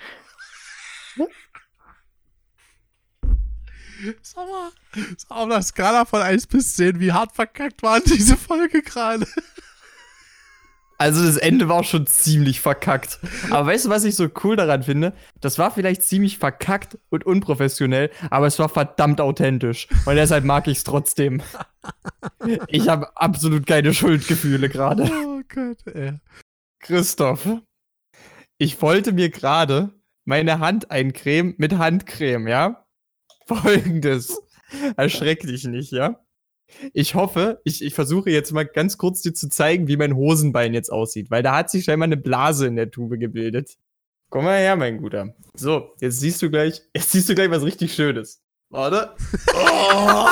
Sag mal, sag mal auf einer Skala von eins bis zehn, wie hart verkackt war diese Folge gerade? Also das Ende war auch schon ziemlich verkackt. Aber weißt du, was ich so cool daran finde? Das war vielleicht ziemlich verkackt und unprofessionell, aber es war verdammt authentisch. Und deshalb mag ich es trotzdem. Ich habe absolut keine Schuldgefühle gerade. Oh Gott, ey. Christoph, ich wollte mir gerade meine Hand eincremen mit Handcreme, ja? Folgendes. Erschreck dich nicht, ja? Ich hoffe, ich, ich versuche jetzt mal ganz kurz dir zu zeigen, wie mein Hosenbein jetzt aussieht, weil da hat sich scheinbar eine Blase in der Tube gebildet. Komm mal her, mein Guter. So, jetzt siehst du gleich, jetzt siehst du gleich was richtig Schönes. Warte. Oh.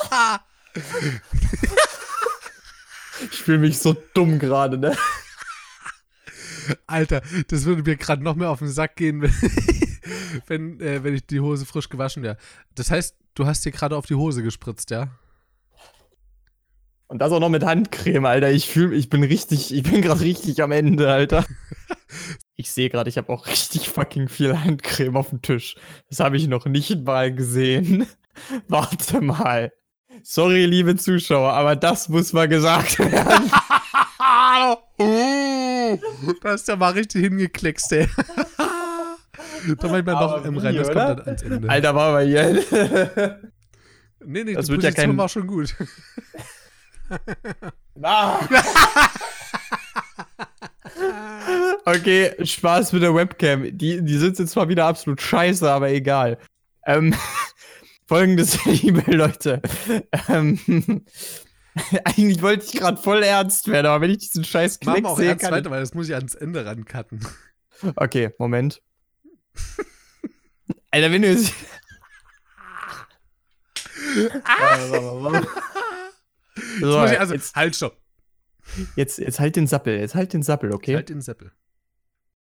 Ich fühle mich so dumm gerade, ne? Alter, das würde mir gerade noch mehr auf den Sack gehen, wenn, wenn, äh, wenn ich die Hose frisch gewaschen wäre. Das heißt, du hast dir gerade auf die Hose gespritzt, ja? Und das auch noch mit Handcreme, Alter. Ich fühle, ich bin richtig, ich bin gerade richtig am Ende, Alter. Ich sehe gerade, ich habe auch richtig fucking viel Handcreme auf dem Tisch. Das habe ich noch nicht mal gesehen. Warte mal. Sorry, liebe Zuschauer, aber das muss mal gesagt werden. Da ist ja mal richtig hingekleckst, ey. Da war ich mal noch im Rennen, das kommt dann ans Ende. Alter, war mal hier. Nee, nee, das die wird ja Position kein... war schon gut. Ah. Okay, Spaß mit der Webcam. Die, die sind jetzt zwar wieder absolut scheiße, aber egal. Ähm, Folgendes, liebe Leute. Ähm, eigentlich wollte ich gerade voll ernst werden, aber wenn ich diesen scheiß Machen Knick wir auch sehe, ernst kann weiter, weil das muss ich ans Ende rancutten. Okay, Moment. Alter, wenn du jetzt... So, so, also, jetzt, halt, stopp. jetzt, jetzt halt den Sappel, jetzt halt den Sappel, okay? Halt den Seppel.